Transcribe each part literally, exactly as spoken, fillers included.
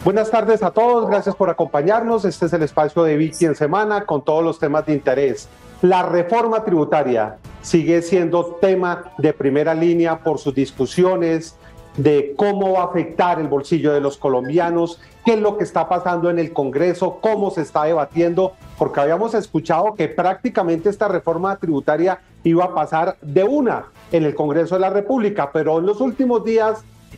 Buenas tardes a todos, gracias por acompañarnos. Este es el espacio de Vicky en Semana con todos los temas de interés. La reforma tributaria sigue siendo tema de primera línea por sus discusiones de cómo va a afectar el bolsillo de los colombianos, qué es lo que está pasando en el Congreso, cómo se está debatiendo, porque habíamos escuchado que prácticamente esta reforma tributaria iba a pasar de una en el Congreso de la República, pero en los últimos días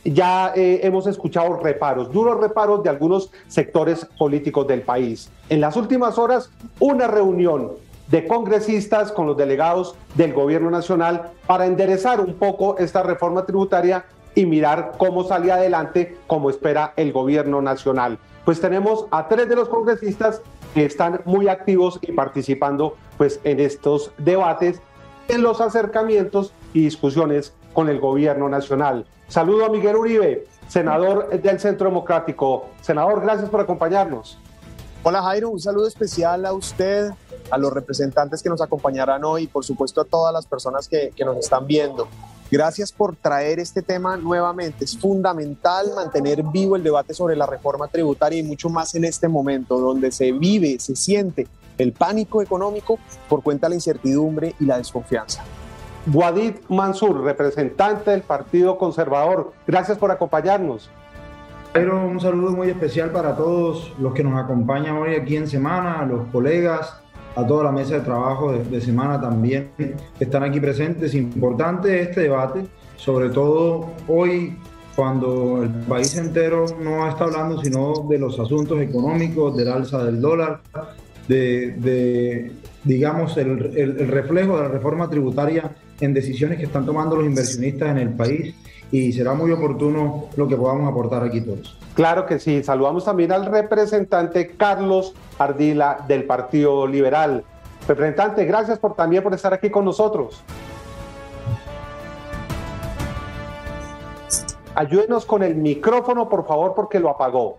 ya eh, hemos escuchado reparos, duros reparos de algunos sectores políticos del país. En las últimas horas, una reunión de congresistas con los delegados del Gobierno Nacional para enderezar un poco esta reforma tributaria y mirar cómo sale adelante, como espera el Gobierno Nacional. Pues tenemos a tres de los congresistas que están muy activos y participando pues, en estos debates, en los acercamientos y discusiones con el Gobierno Nacional. Saludo a Miguel Uribe, senador del Centro Democrático. Senador, gracias por acompañarnos. Hola Jairo, un saludo especial a usted, a los representantes que nos acompañarán hoy y por supuesto a todas las personas que, que nos están viendo. Gracias por traer este tema nuevamente. Es fundamental mantener vivo el debate sobre la reforma tributaria y mucho más en este momento donde se vive, se siente el pánico económico por cuenta de la incertidumbre y la desconfianza. Wadid Mansur, representante del Partido Conservador, gracias por acompañarnos. Pero un saludo muy especial para todos los que nos acompañan hoy aquí en Semana, a los colegas, a toda la mesa de trabajo de, de Semana también que están aquí presentes. Importante este debate, sobre todo hoy cuando el país entero no está hablando sino de los asuntos económicos, del alza del dólar, de, de digamos, el, el, el reflejo de la reforma tributaria en decisiones que están tomando los inversionistas en el país, y será muy oportuno lo que podamos aportar aquí todos. Claro que sí. Saludamos también al representante Carlos Ardila del Partido Liberal. Representante, gracias por, también por estar aquí con nosotros. Ayúdenos con el micrófono, por favor, porque lo apagó.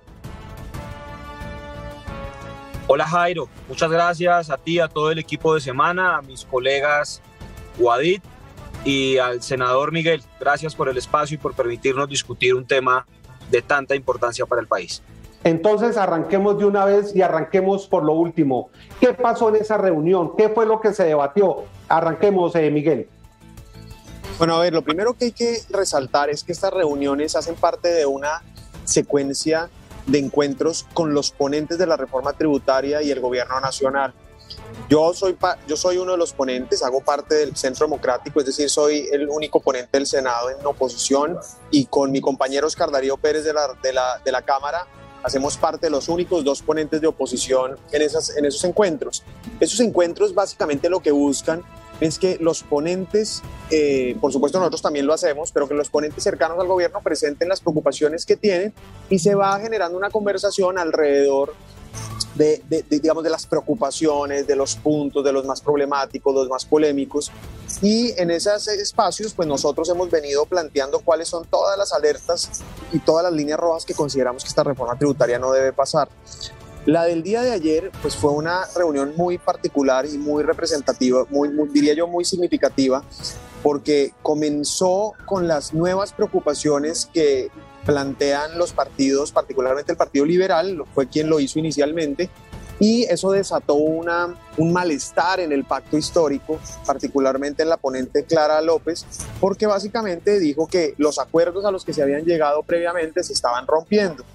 Hola Jairo, muchas gracias a ti, a todo el equipo de Semana, a mis colegas Wadid y al senador Miguel. Gracias por el espacio y por permitirnos discutir un tema de tanta importancia para el país. Entonces arranquemos de una vez y arranquemos por lo último. ¿Qué pasó en esa reunión? ¿Qué fue lo que se debatió? Arranquemos, eh, Miguel. Bueno, a ver, lo primero que hay que resaltar es que estas reuniones hacen parte de una secuencia de encuentros con los ponentes de la reforma tributaria y el Gobierno Nacional. Yo soy, yo soy uno de los ponentes, hago parte del Centro Democrático, es decir, soy el único ponente del Senado en oposición, y con mi compañero Oscar Darío Pérez de la, de la, de la Cámara hacemos parte de los únicos dos ponentes de oposición en, esas, en esos encuentros. Esos encuentros básicamente lo que buscan es que los ponentes, eh, por supuesto nosotros también lo hacemos, pero que los ponentes cercanos al gobierno presenten las preocupaciones que tienen y se va generando una conversación alrededor De, de, de, digamos, de las preocupaciones, de los puntos, de los más problemáticos, los más polémicos, y en esos espacios pues nosotros hemos venido planteando cuáles son todas las alertas y todas las líneas rojas que consideramos que esta reforma tributaria no debe pasar. La del día de ayer pues fue una reunión muy particular y muy representativa, muy, muy, diría yo muy significativa, porque comenzó con las nuevas preocupaciones que plantean los partidos, particularmente el Partido Liberal, fue quien lo hizo inicialmente, y eso desató una, un malestar en el pacto histórico, particularmente en la ponente Clara López, porque básicamente dijo que los acuerdos a los que se habían llegado previamente se estaban rompiendo.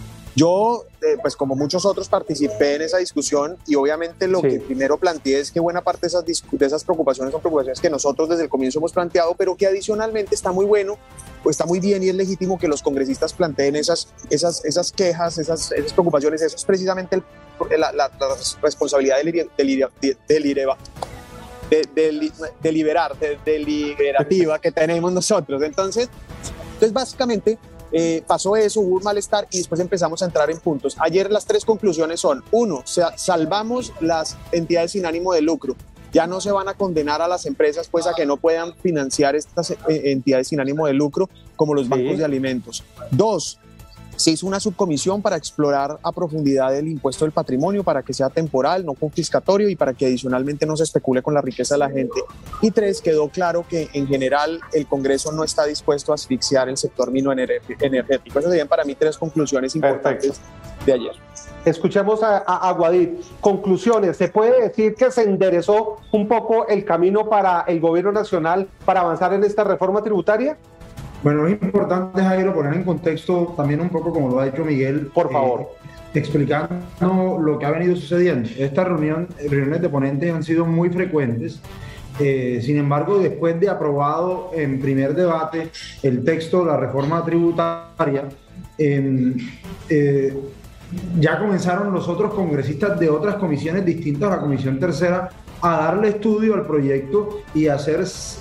Yo, eh, pues como muchos otros, participé en esa discusión y obviamente lo sí. que primero planteé es que buena parte de esas, de esas preocupaciones son preocupaciones que nosotros desde el comienzo hemos planteado, pero que adicionalmente está muy bueno, o está muy bien y es legítimo que los congresistas planteen esas, esas, esas quejas, esas, esas preocupaciones. Eso es precisamente el, la, la, la responsabilidad del, del, del, del, de, de, deliberar, de, deliberativa que tenemos nosotros. Entonces, entonces básicamente... Eh, pasó eso, hubo un malestar y después empezamos a entrar en puntos. Ayer las tres conclusiones son: uno, salvamos las entidades sin ánimo de lucro, ya no se van a condenar a las empresas pues a que no puedan financiar estas eh, entidades sin ánimo de lucro como los bancos sí. de alimentos. Dos, Se hizo una subcomisión para explorar a profundidad el impuesto del patrimonio para que sea temporal, no confiscatorio y para que adicionalmente no se especule con la riqueza de la gente. Y tres, quedó claro que en general el Congreso no está dispuesto a asfixiar el sector minoenergético. Esas serían para mí tres conclusiones importantes. Perfecto. De ayer. Escuchemos a, a, a Guadit. Conclusiones. ¿Se puede decir que se enderezó un poco el camino para el gobierno nacional para avanzar en esta reforma tributaria? Bueno, es importante, Jairo, poner en contexto también un poco, como lo ha dicho Miguel, por favor, eh, explicando lo que ha venido sucediendo. Estas reunión, reuniones de ponentes han sido muy frecuentes. Eh, sin embargo, después de aprobado en primer debate el texto de la reforma tributaria, eh, eh, ya comenzaron los otros congresistas de otras comisiones distintas a la Comisión Tercera a darle estudio al proyecto y a hacer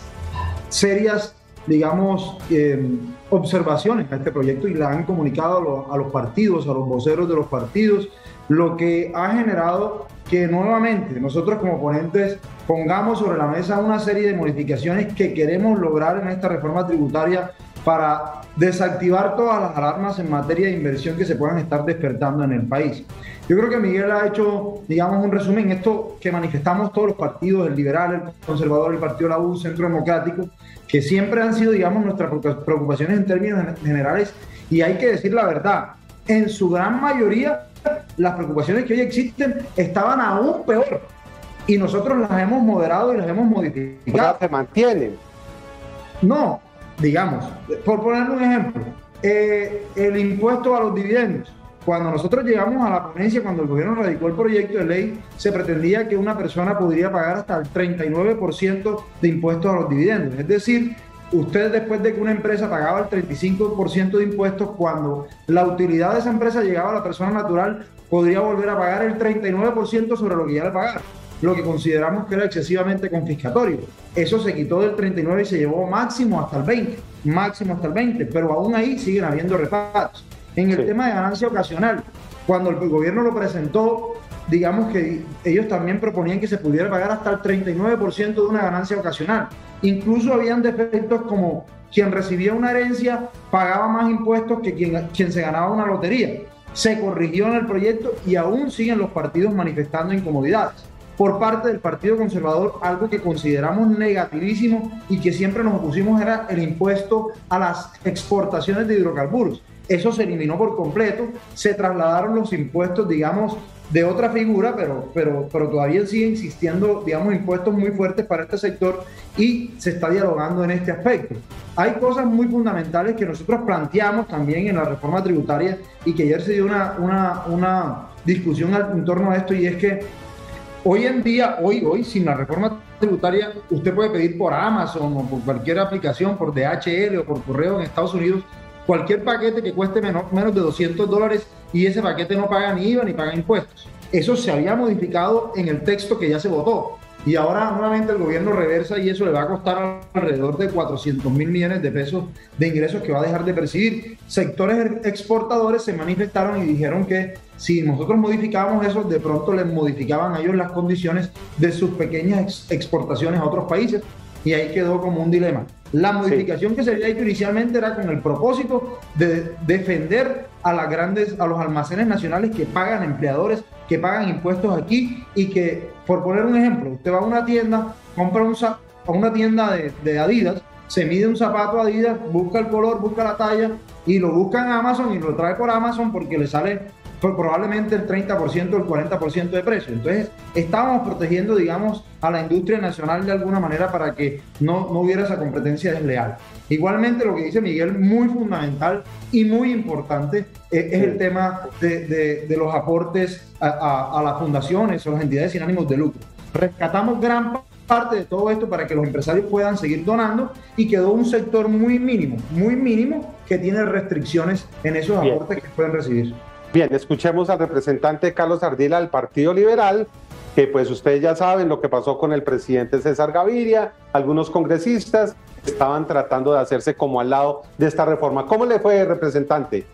serias, digamos, eh, observaciones a este proyecto y la han comunicado a los, a los partidos, a los voceros de los partidos, lo que ha generado que nuevamente nosotros como ponentes pongamos sobre la mesa una serie de modificaciones que queremos lograr en esta reforma tributaria para desactivar todas las alarmas en materia de inversión que se puedan estar despertando en el país. Yo creo que Miguel ha hecho, digamos, un resumen, esto que manifestamos todos los partidos, el liberal, el conservador, el partido de la U, Centro Democrático, que siempre han sido, digamos, nuestras preocupaciones en términos generales, y hay que decir la verdad, en su gran mayoría las preocupaciones que hoy existen estaban aún peor, y nosotros las hemos moderado y las hemos modificado. O sea, se mantienen. No, digamos, por poner un ejemplo, eh, el impuesto a los dividendos. Cuando nosotros llegamos a la ponencia, cuando el gobierno radicó el proyecto de ley, se pretendía que una persona podría pagar hasta el treinta y nueve por ciento de impuestos a los dividendos. Es decir, usted, después de que una empresa pagaba el treinta y cinco por ciento de impuestos, cuando la utilidad de esa empresa llegaba a la persona natural, podría volver a pagar el treinta y nueve por ciento sobre lo que ya le pagaron, lo que consideramos que era excesivamente confiscatorio. Eso se quitó del treinta y nueve y se llevó máximo hasta el veinte, máximo hasta el veinte, pero aún ahí siguen habiendo reparos. En el sí. tema de ganancia ocasional, cuando el gobierno lo presentó, digamos que ellos también proponían que se pudiera pagar hasta el treinta y nueve por ciento de una ganancia ocasional. Incluso habían defectos como quien recibía una herencia pagaba más impuestos que quien, quien se ganaba una lotería. Se corrigió en el proyecto y aún siguen los partidos manifestando incomodidades. Por parte del Partido Conservador, algo que consideramos negativísimo y que siempre nos opusimos era el impuesto a las exportaciones de hidrocarburos. Eso se eliminó por completo, se trasladaron los impuestos, digamos, de otra figura, pero, pero, pero todavía sigue existiendo, digamos, impuestos muy fuertes para este sector y se está dialogando en este aspecto. Hay cosas muy fundamentales que nosotros planteamos también en la reforma tributaria y que ayer se dio una, una, una discusión en torno a esto, y es que hoy en día, hoy, hoy, sin la reforma tributaria, usted puede pedir por Amazon o por cualquier aplicación, por D H L o por correo en Estados Unidos, cualquier paquete que cueste menos, menos de doscientos dólares, y ese paquete no paga ni I V A ni paga impuestos. Eso se había modificado en el texto que ya se votó, y ahora nuevamente el gobierno reversa y eso le va a costar alrededor de cuatrocientos mil millones de pesos de ingresos que va a dejar de percibir. Sectores exportadores se manifestaron y dijeron que si nosotros modificábamos eso, de pronto les modificaban a ellos las condiciones de sus pequeñas ex exportaciones a otros países, y ahí quedó como un dilema. La modificación sí. que se había hecho inicialmente era con el propósito de defender a las grandes, a los almacenes nacionales que pagan empleadores, que pagan impuestos aquí, y que, por poner un ejemplo, usted va a una tienda, compra un a una tienda de, de Adidas, se mide un zapato Adidas, busca el color, busca la talla y lo busca en Amazon y lo trae por Amazon porque le sale probablemente el treinta por ciento o el cuarenta por ciento de precio. Entonces, estábamos protegiendo, digamos, a la industria nacional de alguna manera para que no, no hubiera esa competencia desleal. Igualmente, lo que dice Miguel, muy fundamental y muy importante, eh, es el tema de, de, de los aportes a, a, a las fundaciones o las entidades sin ánimos de lucro. Rescatamos gran parte de todo esto para que los empresarios puedan seguir donando, y quedó un sector muy mínimo, muy mínimo, que tiene restricciones en esos Bien. aportes que pueden recibir. Bien, escuchemos al representante Carlos Ardila del Partido Liberal, que pues ustedes ya saben lo que pasó con el presidente César Gaviria. Algunos congresistas estaban tratando de hacerse como al lado de esta reforma. ¿Cómo le fue, representante?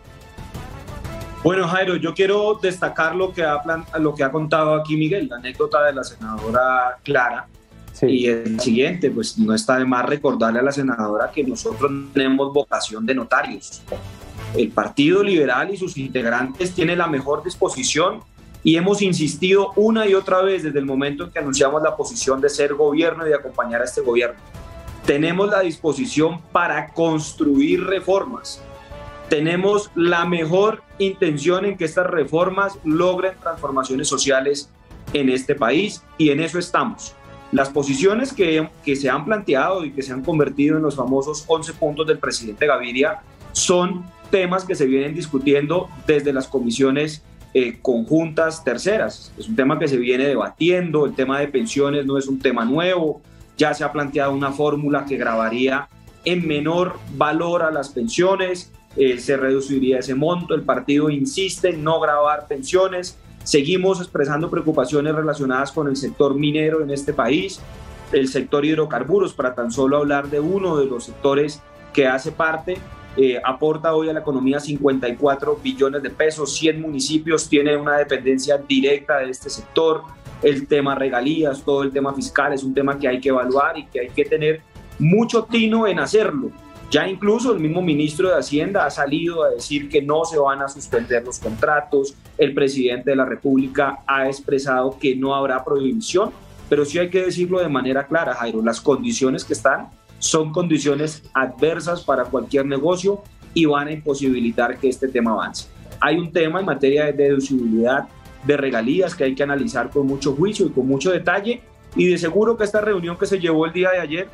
Bueno, Jairo, yo quiero destacar lo que ha, lo que ha contado aquí Miguel, la anécdota de la senadora Clara. Sí. Y el siguiente, pues no está de más recordarle a la senadora que nosotros tenemos vocación de notarios. El Partido Liberal y sus integrantes tienen la mejor disposición y hemos insistido una y otra vez desde el momento en que anunciamos la posición de ser gobierno y de acompañar a este gobierno. Tenemos la disposición para construir reformas. Tenemos la mejor intención en que estas reformas logren transformaciones sociales en este país y en eso estamos. Las posiciones que, que se han planteado y que se han convertido en los famosos once puntos del presidente Gaviria son temas que se vienen discutiendo desde las comisiones eh, conjuntas terceras. Es un tema que se viene debatiendo, el tema de pensiones no es un tema nuevo, ya se ha planteado una fórmula que grabaría en menor valor a las pensiones, eh, se reduciría ese monto, el partido insiste en no grabar pensiones, seguimos expresando preocupaciones relacionadas con el sector minero en este país, el sector hidrocarburos, para tan solo hablar de uno de los sectores que hace parte. Eh, aporta hoy a la economía cincuenta y cuatro billones de pesos, cien municipios tienen una dependencia directa de este sector, el tema regalías, todo el tema fiscal es un tema que hay que evaluar y que hay que tener mucho tino en hacerlo. Ya incluso el mismo ministro de Hacienda ha salido a decir que no se van a suspender los contratos, el presidente de la República ha expresado que no habrá prohibición, pero sí hay que decirlo de manera clara, Jairo, las condiciones que están son condiciones adversas para cualquier negocio y van a imposibilitar que este tema avance. Hay un tema en materia de deducibilidad de regalías que hay que analizar con mucho juicio y con mucho detalle, y de seguro que esta reunión que se llevó el día de ayer...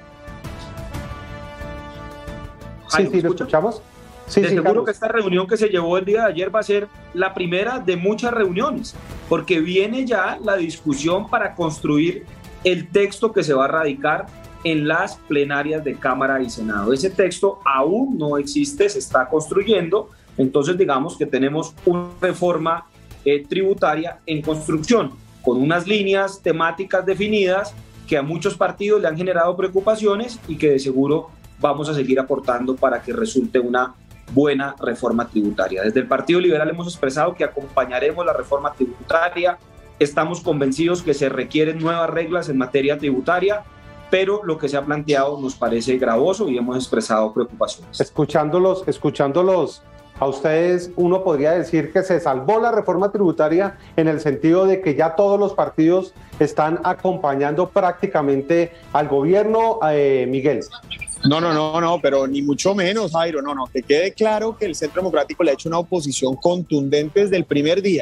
Sí, sí, ¿lo escuchamos? Sí, de sí, seguro Carlos. que esta reunión que se llevó el día de ayer va a ser la primera de muchas reuniones, porque viene ya la discusión para construir el texto que se va a radicar en las plenarias de Cámara y Senado. Ese texto aún no existe, se está construyendo, entonces digamos que tenemos una reforma eh, tributaria en construcción, con unas líneas temáticas definidas que a muchos partidos le han generado preocupaciones y que de seguro vamos a seguir aportando para que resulte una buena reforma tributaria. Desde el Partido Liberal hemos expresado que acompañaremos la reforma tributaria, estamos convencidos que se requieren nuevas reglas en materia tributaria, pero lo que se ha planteado nos parece gravoso y hemos expresado preocupaciones. Escuchándolos, escuchándolos a ustedes, uno podría decir que se salvó la reforma tributaria en el sentido de que ya todos los partidos están acompañando prácticamente al gobierno, eh, Miguel. No, no, no, no, pero ni mucho menos, Jairo, no, no, que quede claro que el Centro Democrático le ha hecho una oposición contundente desde el primer día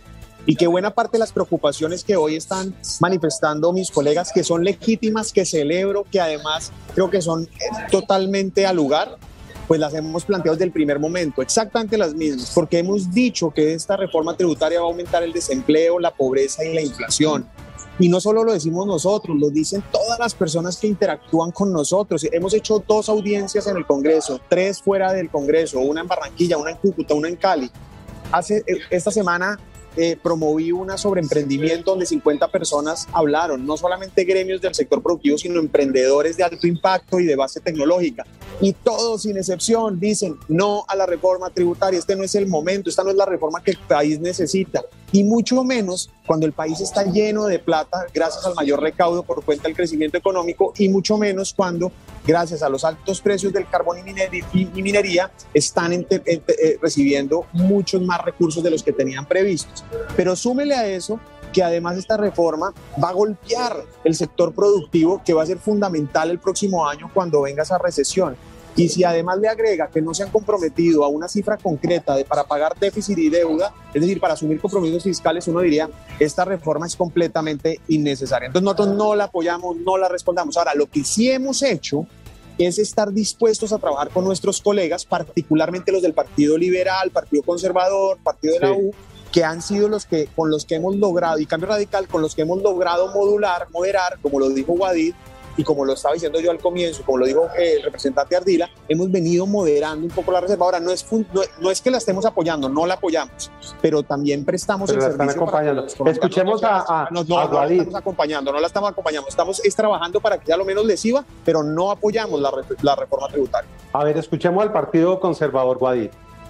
y que buena parte de las preocupaciones que hoy están manifestando mis colegas, que son legítimas, que celebro, que además creo que son totalmente al lugar, pues las hemos planteado desde el primer momento, exactamente las mismas, porque hemos dicho que esta reforma tributaria va a aumentar el desempleo, la pobreza y la inflación. Y no solo lo decimos nosotros, lo dicen todas las personas que interactúan con nosotros. Hemos hecho dos audiencias en el Congreso, tres fuera del Congreso, una en Barranquilla, una en Cúcuta, una en Cali. Hace, esta semana eh, promoví una sobre emprendimiento donde cincuenta personas hablaron, no solamente gremios del sector productivo, sino emprendedores de alto impacto y de base tecnológica. Y todos, sin excepción, dicen no a la reforma tributaria. Este no es el momento, esta no es la reforma que el país necesita. Y mucho menos cuando el país está lleno de plata gracias al mayor recaudo por cuenta del crecimiento económico, y mucho menos cuando, gracias a los altos precios del carbón y minería, y minería están en te, en te, eh, recibiendo muchos más recursos de los que tenían previstos. Pero súmele a eso que además esta reforma va a golpear el sector productivo, que va a ser fundamental el próximo año cuando venga esa recesión. Y si además le agrega que no se han comprometido a una cifra concreta de, para pagar déficit y deuda, es decir, para asumir compromisos fiscales, uno diría, esta reforma es completamente innecesaria. Entonces nosotros no la apoyamos, no la respaldamos. Ahora, lo que sí hemos hecho es estar dispuestos a trabajar con nuestros colegas, particularmente los del Partido Liberal, Partido Conservador, Partido de la U, que han sido los que, con los que hemos logrado, y Cambio Radical, con los que hemos logrado modular, moderar, como lo dijo Guadid, y como lo estaba diciendo yo al comienzo, como lo dijo eh, el representante Ardila, hemos venido moderando un poco la reserva. Ahora, no es, no, no es que la estemos apoyando, no la apoyamos, pero también prestamos pero el la servicio. Están acompañando. Para Escuchemos a, a, no, no, a no la Guadid. estamos acompañando, no la estamos acompañando, estamos es trabajando para que sea lo menos lesiva, pero no apoyamos la, la reforma tributaria. A ver, escuchemos al Partido Conservador, Guadid.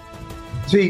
Sí,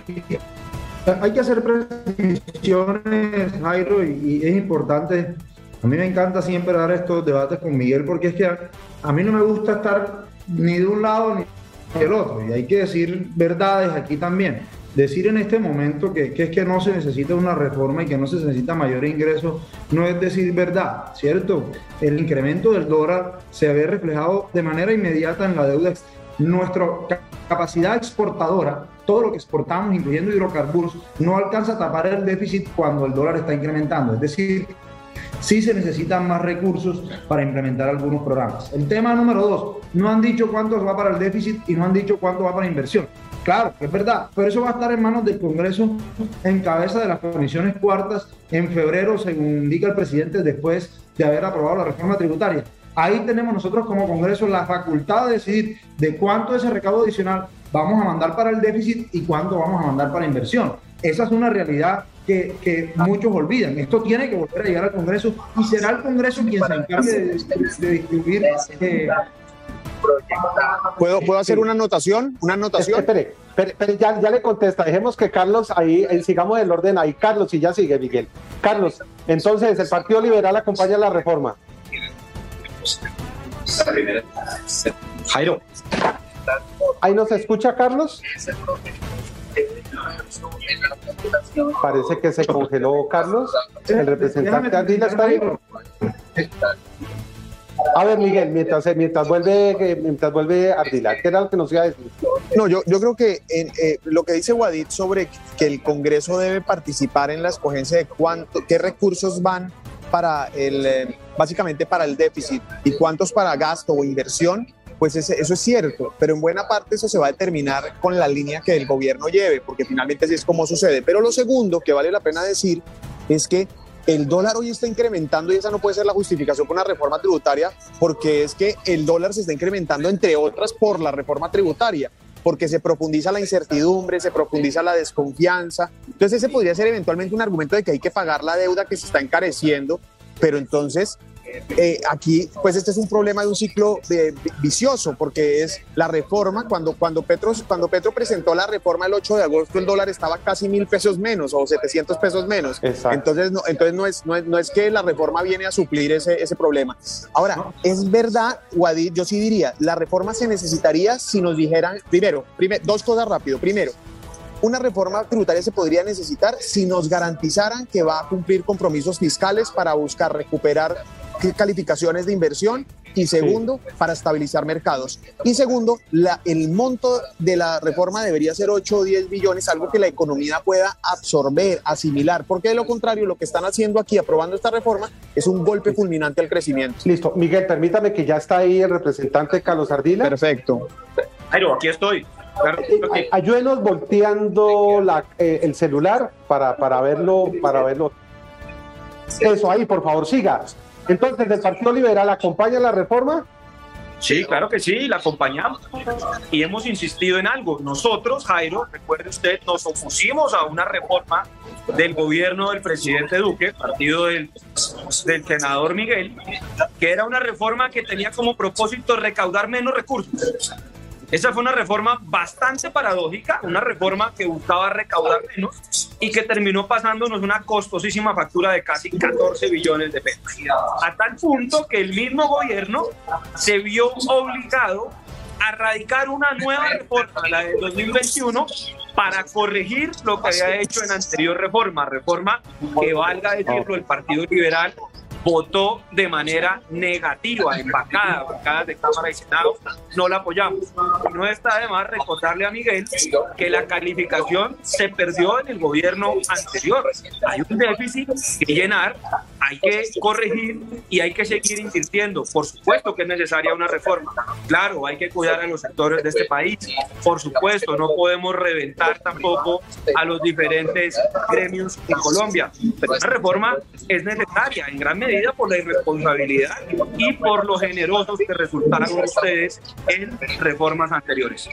hay que hacer precisiones, Jairo, y, y es importante. A mí me encanta siempre dar estos debates con Miguel, porque es que a, a mí no me gusta estar ni de un lado ni y el otro. Y hay que decir verdades aquí también. Decir en este momento que, que es que no se necesita una reforma y que no se necesita mayor ingreso no es decir verdad, ¿cierto? El incremento del dólar se ve reflejado de manera inmediata en la deuda. Nuestra capacidad exportadora, todo lo que exportamos, incluyendo hidrocarburos, no alcanza a tapar el déficit cuando el dólar está incrementando. Es decir, sí se necesitan más recursos para implementar algunos programas. El tema número dos, no han dicho cuánto va para el déficit y no han dicho cuánto va para inversión. Claro, es verdad, pero eso va a estar en manos del Congreso en cabeza de las comisiones cuartas en febrero, según indica el presidente, después de haber aprobado la reforma tributaria. Ahí tenemos nosotros como Congreso la facultad de decidir de cuánto de ese recaudo adicional vamos a mandar para el déficit y cuánto vamos a mandar para inversión. Esa es una realidad que, que muchos olvidan. Esto tiene que volver a llegar al Congreso y será el Congreso quien se encargue de, de distribuir... Eh, ¿Puedo, ¿Puedo hacer una anotación? ¿Una anotación? Espere, espere, espere ya, ya le contesta. Dejemos que Carlos ahí, ahí, sigamos el orden ahí. Carlos, y ya sigue, Miguel. Carlos, entonces, ¿el Partido Liberal acompaña la reforma? Jairo. ¿Ahí nos escucha, Carlos? Parece que se congeló, Carlos. El representante Ardila está ahí. A ver, Miguel, mientras, mientras vuelve mientras vuelve Ardila, ¿qué era lo que nos iba a decir? No, yo, yo creo que en, eh, lo que dice Guadit sobre que el Congreso debe participar en la escogencia de cuánto, qué recursos van para el, eh, básicamente para el déficit y cuántos para gasto o inversión, pues ese, eso es cierto, pero en buena parte eso se va a determinar con la línea que el gobierno lleve, porque finalmente así es como sucede. Pero lo segundo que vale la pena decir es que el dólar hoy está incrementando y esa no puede ser la justificación con una reforma tributaria, porque es que el dólar se está incrementando, entre otras, por la reforma tributaria, porque se profundiza la incertidumbre, se profundiza la desconfianza. Entonces ese podría ser eventualmente un argumento de que hay que pagar la deuda que se está encareciendo, pero entonces eh, aquí pues este es un problema de un ciclo de, de, vicioso, porque es la reforma, cuando, cuando, Petro, cuando Petro presentó la reforma el ocho de agosto, el dólar estaba casi mil pesos menos o setecientos pesos menos. Exacto. Entonces, no, entonces no, es, no, es, no es que la reforma viene a suplir ese, ese problema. Ahora, es verdad, Guadid, yo sí diría, la reforma se necesitaría si nos dijeran, primero, primer, dos cosas rápido, primero, una reforma tributaria se podría necesitar si nos garantizaran que va a cumplir compromisos fiscales para buscar recuperar calificaciones de inversión y segundo, sí. para estabilizar mercados. Y segundo, la, el monto de la reforma debería ser ocho o diez billones, algo que la economía pueda absorber, asimilar, porque de lo contrario, lo que están haciendo aquí, aprobando esta reforma, es un golpe fulminante al crecimiento. Listo. Miguel, permítame que ya está ahí el representante Carlos Ardila. Perfecto. Jairo, aquí estoy. Claro, okay. Ayúdenos volteando la, eh, el celular para, para verlo, para verlo. Eso, ahí, por favor, siga. Entonces, ¿el Partido Liberal acompaña la reforma? Sí, claro que sí, la acompañamos. Y hemos insistido en algo. Nosotros, Jairo, recuerde usted, nos opusimos a una reforma del gobierno del presidente Duque, partido del, del senador Miguel, que era una reforma que tenía como propósito recaudar menos recursos. Esa fue una reforma bastante paradójica, una reforma que buscaba recaudar menos y que terminó pasándonos una costosísima factura de casi catorce billones de pesos. A tal punto que el mismo gobierno se vio obligado a radicar una nueva reforma, la de dos mil veintiuno, para corregir lo que había hecho en anterior reforma, reforma que, valga decirlo, el Partido Liberal votó de manera negativa, en bancada, bancadas de Cámara y Senado, no la apoyamos. No está de más recordarle a Miguel que la calificación se perdió en el gobierno anterior. Hay un déficit que llenar, hay que corregir y hay que seguir invirtiendo. Por supuesto que es necesaria una reforma. Claro, hay que cuidar a los sectores de este país. Por supuesto, no podemos reventar tampoco a los diferentes gremios en Colombia. Pero una reforma es necesaria en gran medida por la irresponsabilidad y por lo generosos que resultaron ustedes en reformas anteriores.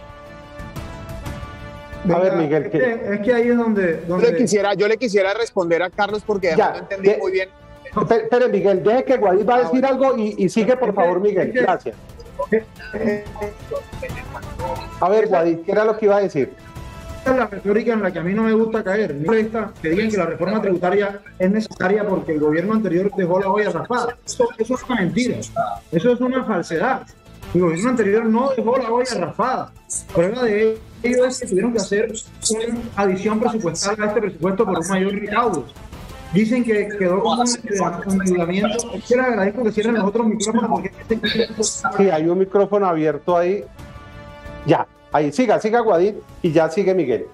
Venga, a ver, Miguel, ¿qué? Es, que, es que ahí es donde... donde... Yo, le quisiera, yo le quisiera responder a Carlos porque ya, no entendí de, muy bien. Espere, Miguel, deje que Guadit va a decir algo y, y sigue, por favor, Miguel. Gracias. A ver, Guadit, ¿qué era lo que iba a decir? Es la retórica en la que a mí no me gusta caer. Me molesta que digan que la reforma tributaria es necesaria porque el gobierno anterior dejó la olla raspada. Eso, eso es una mentira. Eso es una falsedad. El gobierno anterior no dejó la olla raspada. Prueba de ello es que tuvieron que hacer una adición presupuestal a este presupuesto por un mayor recaudo. Dicen que quedó como un endeudamiento. Yo les agradezco que cierren los otros micrófonos porque este... Sí, hay un micrófono abierto ahí. Ya, ahí, siga, siga Guadit y ya sigue Miguel.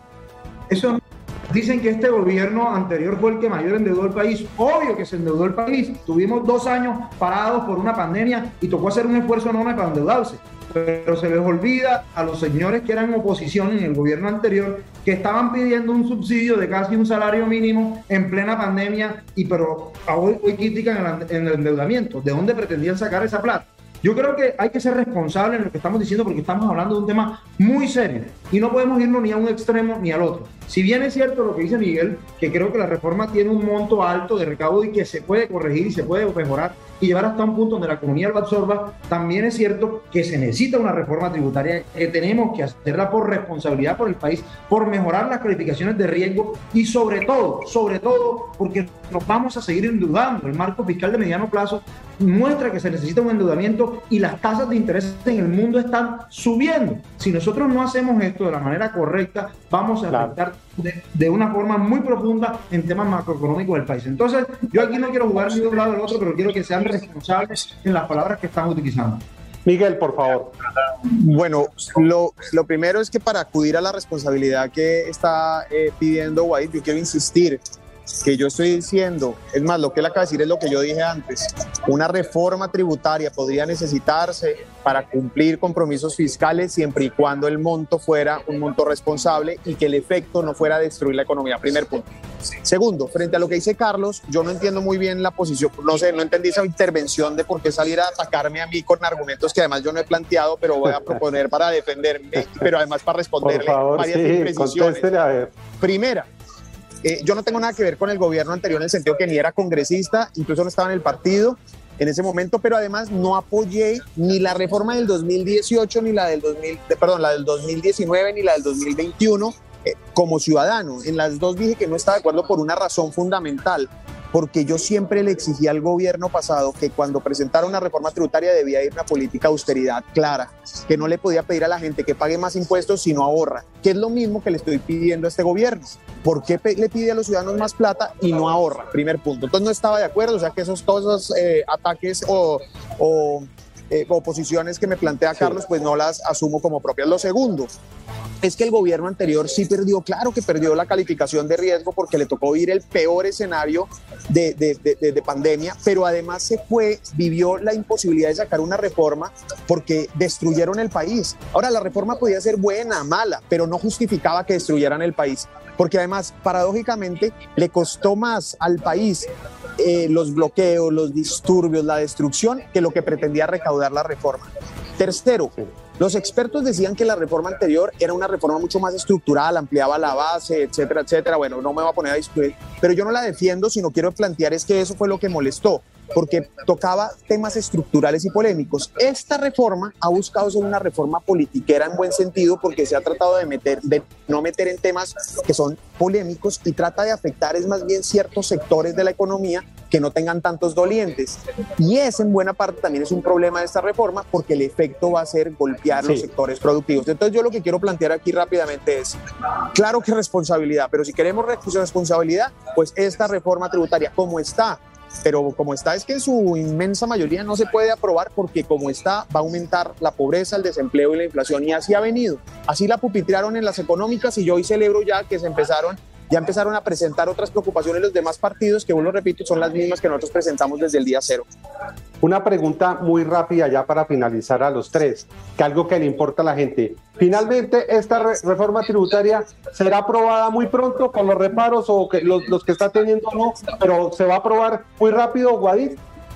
Eso dicen que este gobierno anterior fue el que mayor endeudó el país. Obvio que se endeudó el país. Tuvimos dos años parados por una pandemia y tocó hacer un esfuerzo enorme para endeudarse. Pero se les olvida a los señores que eran oposición en el gobierno anterior que estaban pidiendo un subsidio de casi un salario mínimo en plena pandemia y pero hoy, hoy critican el, el endeudamiento. ¿De dónde pretendían sacar esa plata? Yo creo que hay que ser responsables en lo que estamos diciendo porque estamos hablando de un tema muy serio y no podemos irnos ni a un extremo ni al otro. Si bien es cierto lo que dice Miguel, que creo que la reforma tiene un monto alto de recaudo y que se puede corregir y se puede mejorar y llevar hasta un punto donde la economía lo absorba, también es cierto que se necesita una reforma tributaria, que tenemos que hacerla por responsabilidad por el país, por mejorar las calificaciones de riesgo y sobre todo, sobre todo porque nos vamos a seguir endeudando. El marco fiscal de mediano plazo muestra que se necesita un endeudamiento y las tasas de interés en el mundo están subiendo. Si nosotros no hacemos esto de la manera correcta, vamos a afectar de, de una forma muy profunda en temas macroeconómicos del país. Entonces, yo aquí no quiero jugar ni de un lado del otro, pero quiero que sean responsables en las palabras que están utilizando. Miguel, por favor. Bueno, lo, lo primero es que para acudir a la responsabilidad que está eh, pidiendo Guadit, yo quiero insistir que yo estoy diciendo, es más, lo que él acaba de decir es lo que yo dije antes, una reforma tributaria podría necesitarse para cumplir compromisos fiscales siempre y cuando el monto fuera un monto responsable y que el efecto no fuera destruir la economía, primer punto. Segundo, frente a lo que dice Carlos, yo no entiendo muy bien la posición, no sé, no entendí esa intervención de por qué salir a atacarme a mí con argumentos que además yo no he planteado, pero voy a proponer para defenderme, pero además para responderle por favor, varias sí, imprecisiones. A ver. Primera, Eh, yo no tengo nada que ver con el gobierno anterior en el sentido que ni era congresista, incluso no estaba en el partido en ese momento, pero además no apoyé ni la reforma del dos mil dieciocho, ni la del, dos mil, perdón, la del dos mil diecinueve, ni la del dos mil veintiuno eh, como ciudadano. En las dos dije que no estaba de acuerdo por una razón fundamental, porque yo siempre le exigía al gobierno pasado que cuando presentara una reforma tributaria debía ir una política de austeridad clara, que no le podía pedir a la gente que pague más impuestos si no ahorra, que es lo mismo que le estoy pidiendo a este gobierno. ¿Por qué le pide a los ciudadanos más plata y no ahorra? Primer punto. Entonces no estaba de acuerdo, o sea que esos, todos esos eh, ataques o, o eh, oposiciones que me plantea Carlos, pues no las asumo como propias. Lo segundo es que el gobierno anterior sí perdió, claro que perdió la calificación de riesgo porque le tocó vivir el peor escenario de, de, de, de pandemia, pero además se fue, vivió la imposibilidad de sacar una reforma porque destruyeron el país. Ahora, la reforma podía ser buena, mala, pero no justificaba que destruyeran el país, porque además, paradójicamente, le costó más al país eh, los bloqueos, los disturbios, la destrucción, que lo que pretendía recaudar la reforma. Tercero, los expertos decían que la reforma anterior era una reforma mucho más estructural, ampliaba la base, etcétera, etcétera. Bueno, no me voy a poner a discutir, pero yo no la defiendo, sino quiero plantear es que eso fue lo que molestó, porque tocaba temas estructurales y polémicos. Esta reforma ha buscado ser una reforma politiquera en buen sentido, porque se ha tratado de, meter, de no meter en temas que son polémicos y trata de afectar es más bien ciertos sectores de la economía que no tengan tantos dolientes. Y ese en buena parte también es un problema de esta reforma, porque el efecto va a ser golpear sí. los sectores productivos. Entonces yo lo que quiero plantear aquí rápidamente es, claro que responsabilidad, pero si queremos responsabilidad, pues esta reforma tributaria como está, pero como está es que en su inmensa mayoría no se puede aprobar, porque como está va a aumentar la pobreza, el desempleo y la inflación, y así ha venido. Así la pupitrearon en las económicas y yo hoy celebro ya que se empezaron ya empezaron a presentar otras preocupaciones los demás partidos, que vuelvo repito, son las mismas que nosotros presentamos desde el día cero. Una pregunta muy rápida ya para finalizar a los tres, que algo que le importa a la gente. Finalmente, ¿esta re reforma tributaria será aprobada muy pronto con los reparos o que los, los que está teniendo no, pero se va a aprobar muy rápido, Guadit?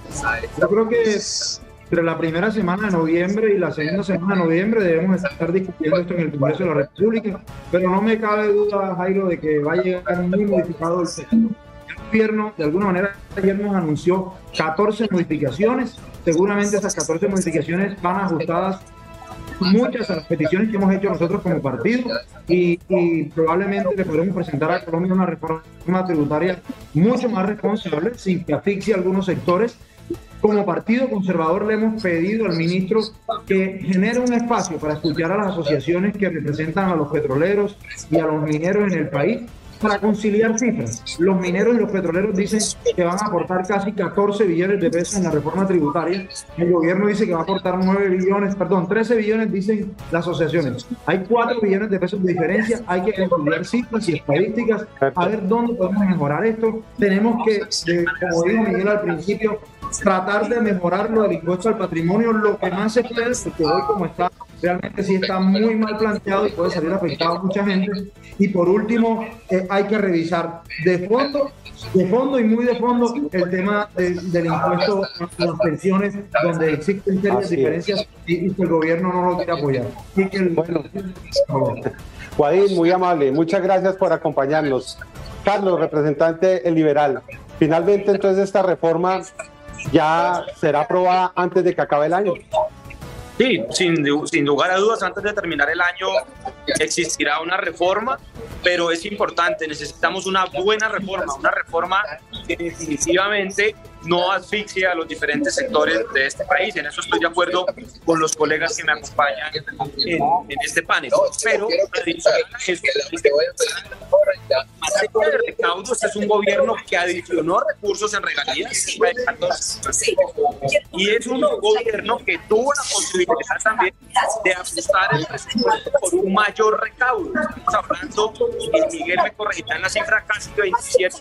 Yo creo que entre la primera semana de noviembre y la segunda semana de noviembre debemos estar discutiendo esto en el Congreso de la República, pero no me cabe duda, Jairo, de que va a llegar muy modificado el texto. El gobierno, de alguna manera, ayer nos anunció catorce modificaciones. Seguramente esas catorce modificaciones van ajustadas muchas a las peticiones que hemos hecho nosotros como partido y, y probablemente le podremos presentar a Colombia una reforma tributaria mucho más responsable, sin que asfixie a algunos sectores. Como Partido Conservador le hemos pedido al ministro que genere un espacio para escuchar a las asociaciones que representan a los petroleros y a los mineros en el país para conciliar cifras. Los mineros y los petroleros dicen que van a aportar casi catorce billones de pesos en la reforma tributaria. El gobierno dice que va a aportar nueve billones, perdón, trece billones dicen las asociaciones. Hay cuatro billones de pesos de diferencia. Hay que conciliar cifras y estadísticas a ver dónde podemos mejorar esto. Tenemos que, de, como dijo Miguel al principio, tratar de mejorar lo del impuesto al patrimonio lo que más se puede, porque hoy como está, realmente sí está muy mal planteado y puede salir afectado a mucha gente. Y por último, eh, hay que revisar de fondo, de fondo y muy de fondo el tema de, del impuesto a las pensiones, donde existen serias diferencias y, y que el gobierno no lo quiere apoyar. Y que el... Bueno, Guadín, muy amable, muchas gracias por acompañarnos. Carlos, representante el liberal, finalmente entonces esta reforma ya será aprobada antes de que acabe el año. Sí, sin, sin lugar a dudas, antes de terminar el año existirá una reforma, pero es importante, necesitamos una buena reforma, una reforma que definitivamente no asfixie a los diferentes sectores de este país. En eso estoy de acuerdo con los colegas que me acompañan en, en este panel. Pero, adicional a eso, más allá de recaudos, este es un gobierno que adicionó recursos en regalías y es un gobierno que tuvo la posibilidad también de ajustar el presupuesto por un mayor recaudo. Estamos hablando, y Miguel me corregirá en la cifra, casi veintisiete.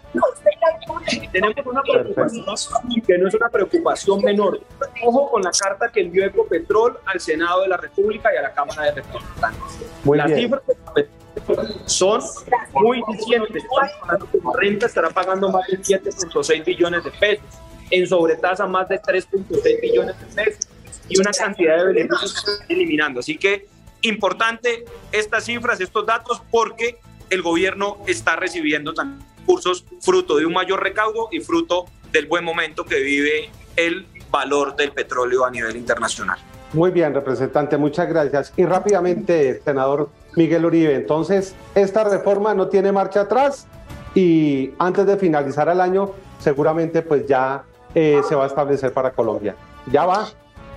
Y tenemos una preocupación que no es una preocupación menor. Ojo con la carta que envió Ecopetrol al Senado de la República y a la Cámara de Representantes. Muy Las bien. cifras de son muy dicientes. La renta estará pagando más de siete punto seis billones de pesos, en sobretasa más de tres punto seis billones de pesos y una cantidad de beneficios que se están eliminando. Así que importante estas cifras, estos datos, porque el gobierno está recibiendo también recursos fruto de un mayor recaudo y fruto del buen momento que vive el valor del petróleo a nivel internacional. Muy bien, representante, muchas gracias. Y rápidamente, senador Miguel Uribe, entonces, esta reforma no tiene marcha atrás y antes de finalizar el año, seguramente pues ya eh, se va a establecer para Colombia. ¿Ya va?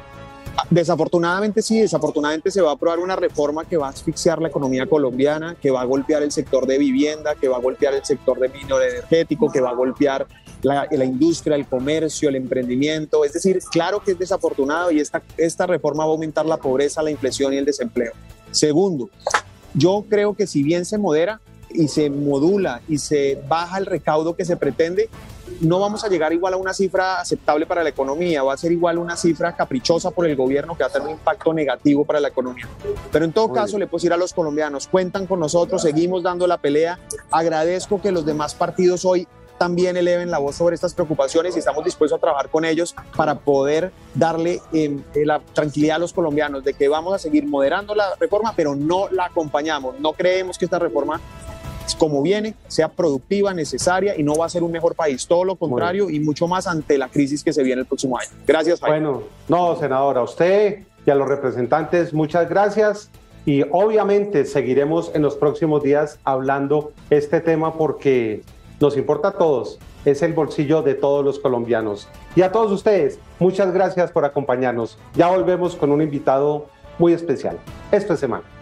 Desafortunadamente sí, desafortunadamente se va a aprobar una reforma que va a asfixiar la economía colombiana, que va a golpear el sector de vivienda, que va a golpear el sector de minero energético, que va a golpear la, la industria, el comercio, el emprendimiento. Es decir, claro que es desafortunado y esta, esta reforma va a aumentar la pobreza, la inflación y el desempleo. Segundo, yo creo que si bien se modera y se modula y se baja el recaudo que se pretende, no vamos a llegar igual a una cifra aceptable para la economía, va a ser igual una cifra caprichosa por el gobierno que va a tener un impacto negativo para la economía. Pero en todo Muy caso bien. Le puedo decir a los colombianos, cuentan con nosotros, seguimos dando la pelea. Agradezco que los demás partidos hoy también eleven la voz sobre estas preocupaciones y estamos dispuestos a trabajar con ellos para poder darle eh, la tranquilidad a los colombianos de que vamos a seguir moderando la reforma, pero no la acompañamos. No creemos que esta reforma, como viene, sea productiva, necesaria y no va a ser un mejor país, todo lo contrario y mucho más ante la crisis que se viene el próximo año. Gracias, Jaime. Bueno, no, senadora, a usted y a los representantes, muchas gracias y obviamente seguiremos en los próximos días hablando este tema porque nos importa a todos, es el bolsillo de todos los colombianos. Y a todos ustedes, muchas gracias por acompañarnos. Ya volvemos con un invitado muy especial. Esto es Semana.